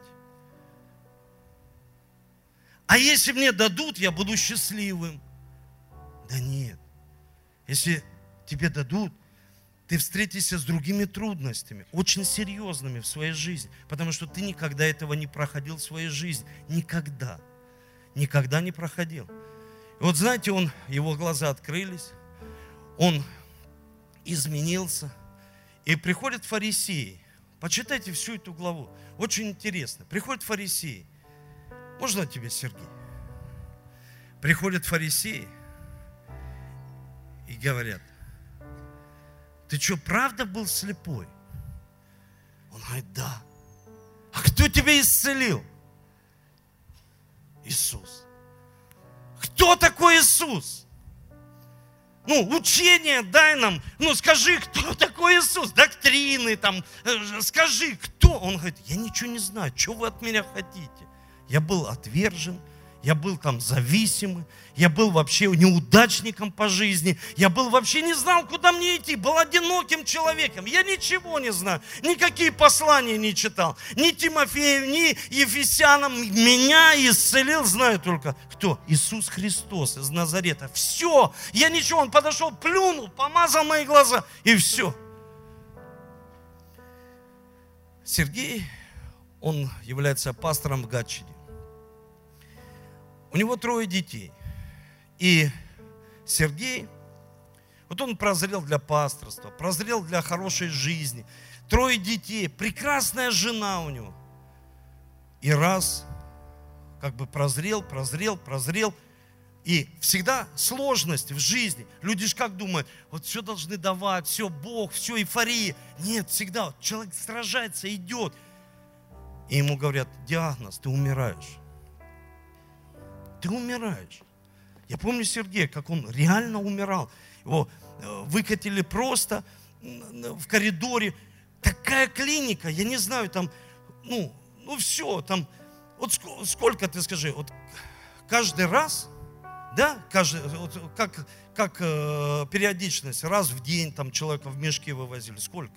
А если мне дадут, я буду счастливым. Да нет. Если тебе дадут, ты встретишься с другими трудностями, очень серьезными в своей жизни, потому что ты никогда этого не проходил в своей жизни. Никогда. Никогда не проходил. И вот знаете, он, его глаза открылись, он изменился. И приходят фарисеи. Почитайте всю эту главу. Очень интересно. Приходят фарисеи. Можно тебе, Сергей? Приходят фарисеи и говорят, ты что, правда был слепой? Он говорит, да. А кто тебя исцелил? Иисус. Кто такой Иисус? Ну, учение дай нам. Ну, скажи, кто такой Иисус? Доктрины там. Скажи, кто? Он говорит, я ничего не знаю. Что вы от меня хотите? Я был отвержен. Я был там зависимый, я был вообще неудачником по жизни, я был вообще не знал, куда мне идти, был одиноким человеком, я ничего не знаю, никакие послания не читал, ни Тимофею, ни Ефесянам, меня исцелил, знаю только кто, Иисус Христос из Назарета, все, я ничего, он подошел, плюнул, помазал мои глаза и все. Сергей, он является пастором в Гатчине. У него трое детей. И Сергей, вот он прозрел для пасторства, прозрел для хорошей жизни. Трое детей, прекрасная жена у него. И раз, как бы прозрел, прозрел, прозрел. И всегда сложность в жизни. Люди же как думают, вот все должны давать, все Бог, все эйфория. Нет, всегда человек сражается, идет. И ему говорят, диагноз, ты умираешь. Ты умираешь. Я помню Сергея, как он реально умирал. Его выкатили просто в коридоре. Такая клиника, я не знаю, там, ну, ну все, там, вот сколько, ты скажи, вот каждый раз, да, каждый, вот как, как э, периодичность, раз в день там человека в мешке вывозили, сколько?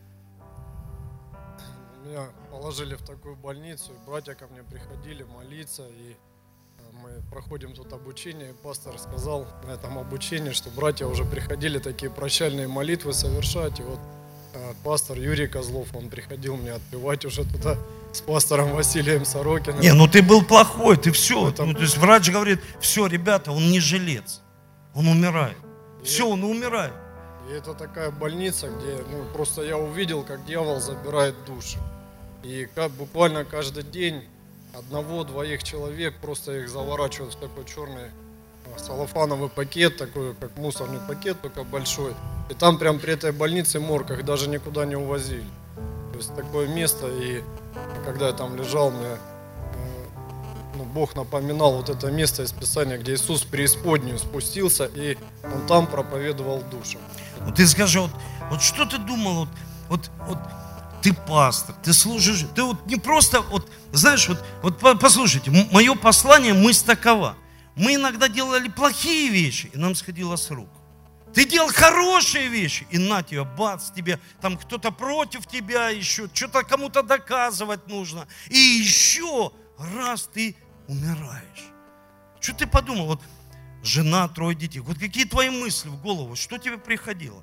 Меня положили в такую больницу, и братья ко мне приходили молиться, и мы проходим тут обучение, и пастор сказал на этом обучении, что братья уже приходили такие прощальные молитвы совершать, и вот э, пастор Юрий Козлов, он приходил мне отпевать уже туда с пастором Василием Сорокиным. Не, ну ты был плохой, ты все, это... ну, то есть врач говорит, все, ребята, он не жилец, он умирает, и все, он умирает. И это такая больница, где, ну, просто я увидел, как дьявол забирает души. И как, буквально каждый день одного-двоих человек просто их заворачивают в такой черный салофановый пакет, такой как мусорный пакет, только большой. И там прям при этой больнице морг, их даже никуда не увозили. То есть такое место, и когда я там лежал, мне ну, Бог напоминал вот это место из Писания, где Иисус в преисподнюю спустился, и Он там проповедовал душам. Вот ты скажи, вот, вот что ты думал, вот, вот, вот ты пастор, ты служишь, ты вот не просто, вот, знаешь, вот, вот послушайте, мое послание, мысль такова. Мы иногда делали плохие вещи, и нам сходило с рук. Ты делал хорошие вещи, и на тебя, бац, тебе, там кто-то против тебя еще, что-то кому-то доказывать нужно. И еще раз ты умираешь. Что ты подумал? Вот жена, трое детей. Вот какие твои мысли в голову? Что тебе приходило?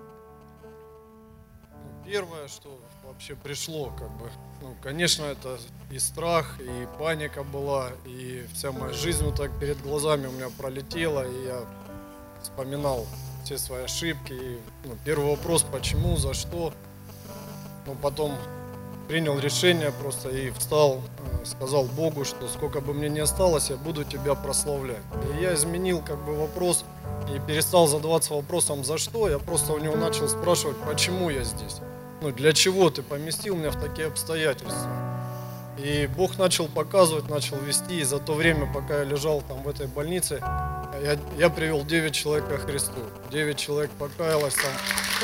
Первое, что вообще пришло, как бы, ну, конечно, это и страх, и паника была, и вся моя жизнь вот так перед глазами у меня пролетела, и я вспоминал все свои ошибки. И, ну, первый вопрос, почему, за что. Ну, потом принял решение просто и встал, сказал Богу, что сколько бы мне ни осталось, я буду тебя прославлять. И я изменил как бы вопрос и перестал задаваться вопросом, за что. Я просто у него начал спрашивать, почему я здесь. Ну, для чего ты поместил меня в такие обстоятельства? И Бог начал показывать, начал вести. И за то время, пока я лежал там в этой больнице, я, я привел девять человек ко Христу. девять человек покаялось там.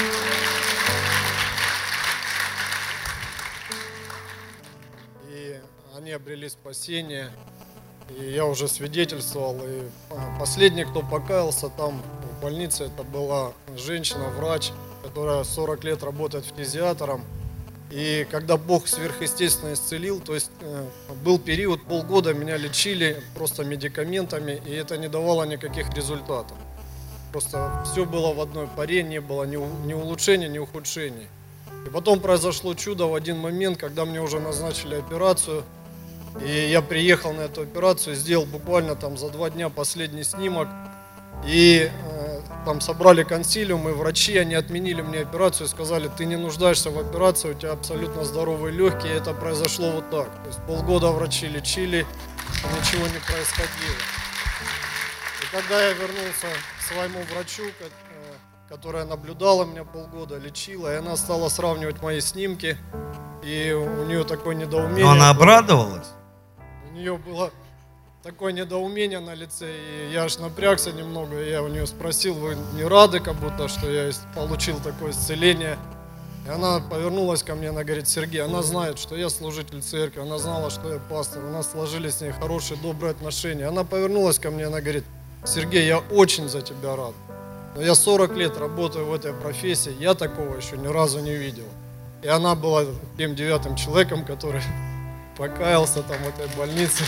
И они обрели спасение. И я уже свидетельствовал. И последний, кто покаялся там в больнице, это была женщина, врач, которая сорок лет работает фтизиатором. И когда Бог сверхъестественно исцелил, то есть э, был период, полгода меня лечили просто медикаментами, и это не давало никаких результатов. Просто все было в одной паре, не было ни, ни улучшения, ни ухудшений. И потом произошло чудо в один момент, когда мне уже назначили операцию, и я приехал на эту операцию, сделал буквально там за два дня последний снимок, и э, там собрали консилиум, и врачи, они отменили мне операцию и сказали, ты не нуждаешься в операции, у тебя абсолютно здоровые легкие. И это произошло вот так. То есть полгода врачи лечили, ничего не происходило. И когда я вернулся к своему врачу, которая наблюдала меня полгода, лечила, и она стала сравнивать мои снимки, и у нее такое недоумение. Но она обрадовалась? У нее было такое недоумение на лице, и я аж напрягся немного, и я у нее спросил, вы не рады, как будто, что я получил такое исцеление? И она повернулась ко мне, она говорит, Сергей, она знает, что я служитель церкви, она знала, что я пастор, у нас сложились с ней хорошие, добрые отношения. Она повернулась ко мне, она говорит, Сергей, я очень за тебя рад, но я сорок лет работаю в этой профессии, я такого еще ни разу не видел. И она была тем девятым человеком, который покаялся там в этой больнице.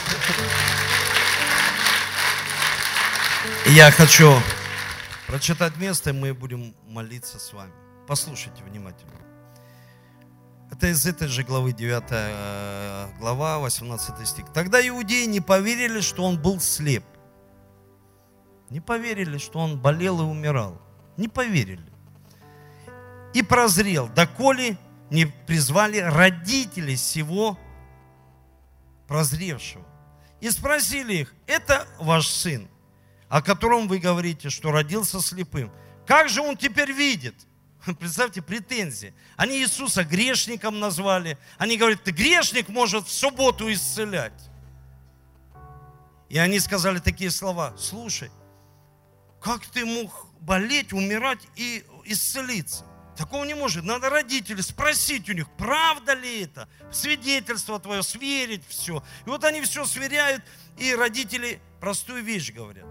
Я хочу прочитать место, и мы будем молиться с вами. Послушайте внимательно. Это из этой же главы, девятая глава, восемнадцатый стих. Тогда иудеи не поверили, что он был слеп. Не поверили, что он болел и умирал. Не поверили. И прозрел, доколе не призвали родителей сего прозревшего. И спросили их, это ваш сын, о котором вы говорите, что родился слепым. Как же он теперь видит? Представьте, претензии. Они Иисуса грешником назвали. Они говорят, ты грешник может в субботу исцелять. И они сказали такие слова, слушай, как ты мог болеть, умирать и исцелиться? Такого не может. Надо родителей спросить у них, правда ли это? Свидетельство твое, сверить все. И вот они все сверяют, и родители простую вещь говорят.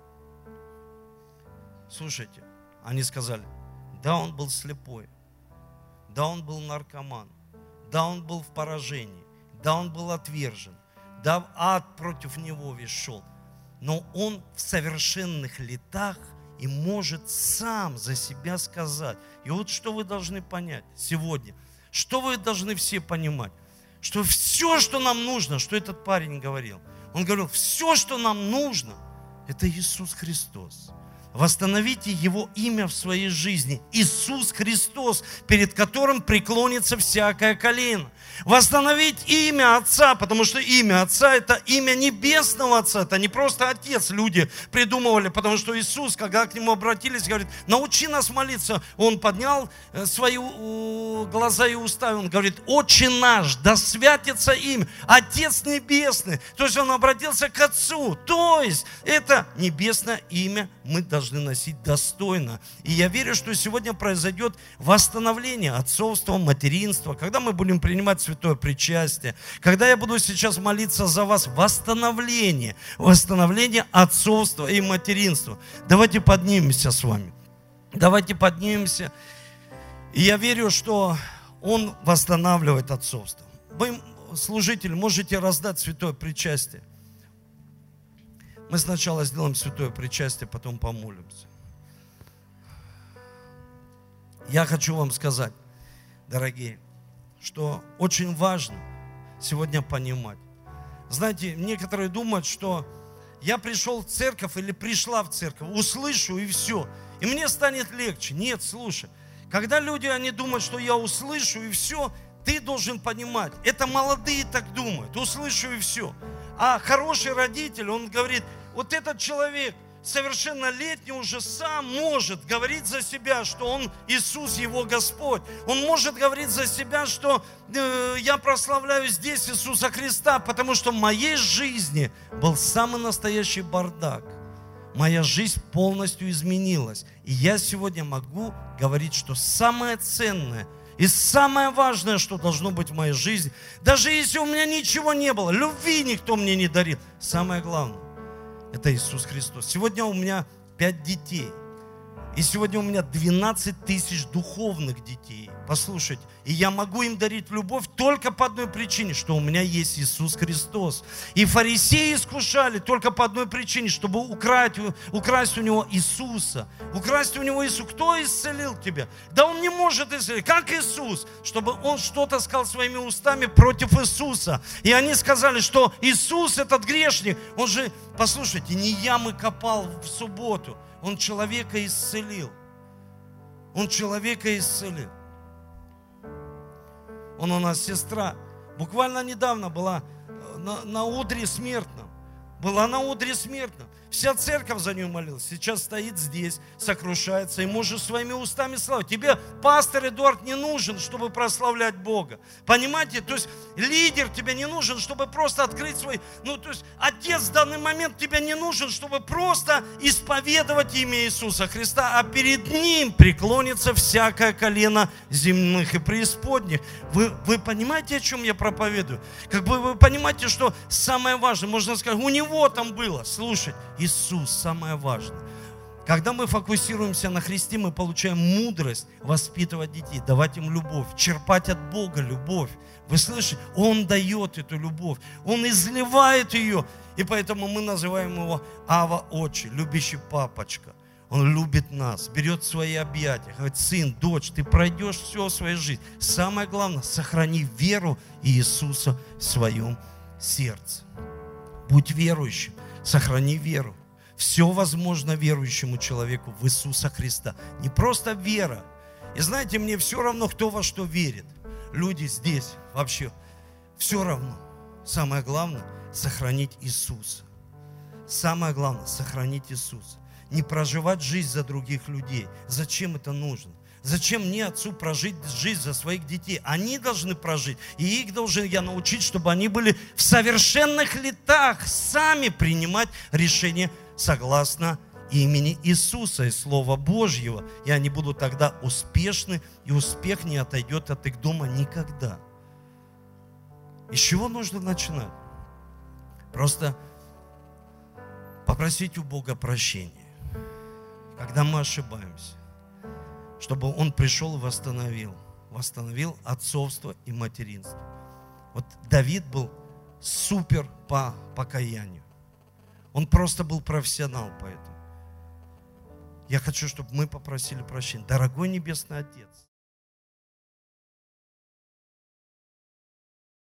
Слушайте, они сказали, да, он был слепой, да, он был наркоман, да, он был в поражении, да, он был отвержен, да, ад против него весь шел. Но он в совершенных летах и может сам за себя сказать. И вот что вы должны понять сегодня, что вы должны все понимать, что все, что нам нужно, что этот парень говорил, он говорил, все, что нам нужно, это Иисус Христос. Восстановите Его имя в своей жизни. Иисус Христос, перед которым преклонится всякое колено. Восстановить имя Отца, потому что имя Отца – это имя Небесного Отца. Это не просто Отец люди придумывали, потому что Иисус, когда к Нему обратились, говорит: научи нас молиться. Он поднял свои глаза и уста, и Он говорит: Отче наш, да святится имя, Отец Небесный. То есть Он обратился к Отцу. То есть это небесное имя мы должны носить достойно. И я верю, что сегодня произойдет восстановление отцовства, материнства, когда мы будем принимать святое причастие, когда я буду сейчас молиться за вас, восстановление, восстановление отцовства и материнства. Давайте поднимемся с вами. Давайте поднимемся. И я верю, что Он восстанавливает отцовство. Вы, служители, можете раздать святое причастие. Мы сначала сделаем святое причастие, потом помолимся. Я хочу вам сказать, дорогие, что очень важно сегодня понимать. Знаете, некоторые думают, что я пришел в церковь или пришла в церковь, услышу и все, и мне станет легче. Нет, слушай, когда люди, они думают, что я услышу и все, ты должен понимать, это молодые так думают, услышу и все. А хороший родитель, он говорит: вот этот человек совершеннолетний уже сам может говорить за себя, что он Иисус, его Господь. Он может говорить за себя, что э, я прославляю здесь Иисуса Христа, потому что в моей жизни был самый настоящий бардак. Моя жизнь полностью изменилась. И я сегодня могу говорить, что самое ценное и самое важное, что должно быть в моей жизни, даже если у меня ничего не было, любви никто мне не дарил, самое главное — это Иисус Христос. Сегодня у меня пять детей. И сегодня у меня двенадцать тысяч духовных детей. Послушайте, и я могу им дарить любовь только по одной причине, что у меня есть Иисус Христос. И фарисеи искушали только по одной причине, чтобы украсть, украсть у него Иисуса. Украсть у него Иисуса. Кто исцелил тебя? Да он не может исцелить. Как Иисус? Чтобы он что-то сказал своими устами против Иисуса. И они сказали, что Иисус этот грешник. Он же, послушайте, не ямы копал в субботу. Он человека исцелил. Он человека исцелил. Он у нас сестра. Буквально недавно была на, на одре смертном. Была на одре смертном. Вся церковь за нее молилась. Сейчас стоит здесь, сокрушается и может своими устами славить. Тебе пастор Эдуард не нужен, чтобы прославлять Бога. Понимаете? То есть лидер тебе не нужен, чтобы просто открыть свой... Ну, то есть отец в данный момент тебе не нужен, чтобы просто исповедовать имя Иисуса Христа, а перед Ним преклонится всякое колено земных и преисподних. Вы, вы понимаете, о чем я проповедую? Как бы вы понимаете, что самое важное, можно сказать, у Него там было. Слушать. Иисус самое важное. Когда мы фокусируемся на Христе, мы получаем мудрость воспитывать детей, давать им любовь, черпать от Бога любовь. Вы слышите? Он дает эту любовь, Он изливает ее. И поэтому мы называем его Ава Отче, любящий папочка. Он любит нас, берет свои объятия, говорит: сын, дочь, ты пройдешь все в своей жизни. Самое главное, сохрани веру Иисуса в своем сердце. Будь верующим. Сохрани веру. Все возможно верующему человеку в Иисуса Христа. Не просто вера. И знаете, мне все равно, кто во что верит. Люди здесь вообще все равно. Самое главное — сохранить Иисуса. Самое главное — сохранить Иисуса. Не проживать жизнь за других людей. Зачем это нужно? Зачем мне, отцу, прожить жизнь за своих детей? Они должны прожить. И их должен я научить, чтобы они были в совершенных летах, сами принимать решения согласно имени Иисуса и Слова Божьего. И они будут тогда успешны, и успех не отойдет от их дома никогда. И с чего нужно начинать? Просто попросить у Бога прощения, когда мы ошибаемся, чтобы Он пришел и восстановил, восстановил отцовство и материнство. Вот Давид был супер по покаянию. Он просто был профессионал по этому. Я хочу, чтобы мы попросили прощения. Дорогой Небесный Отец,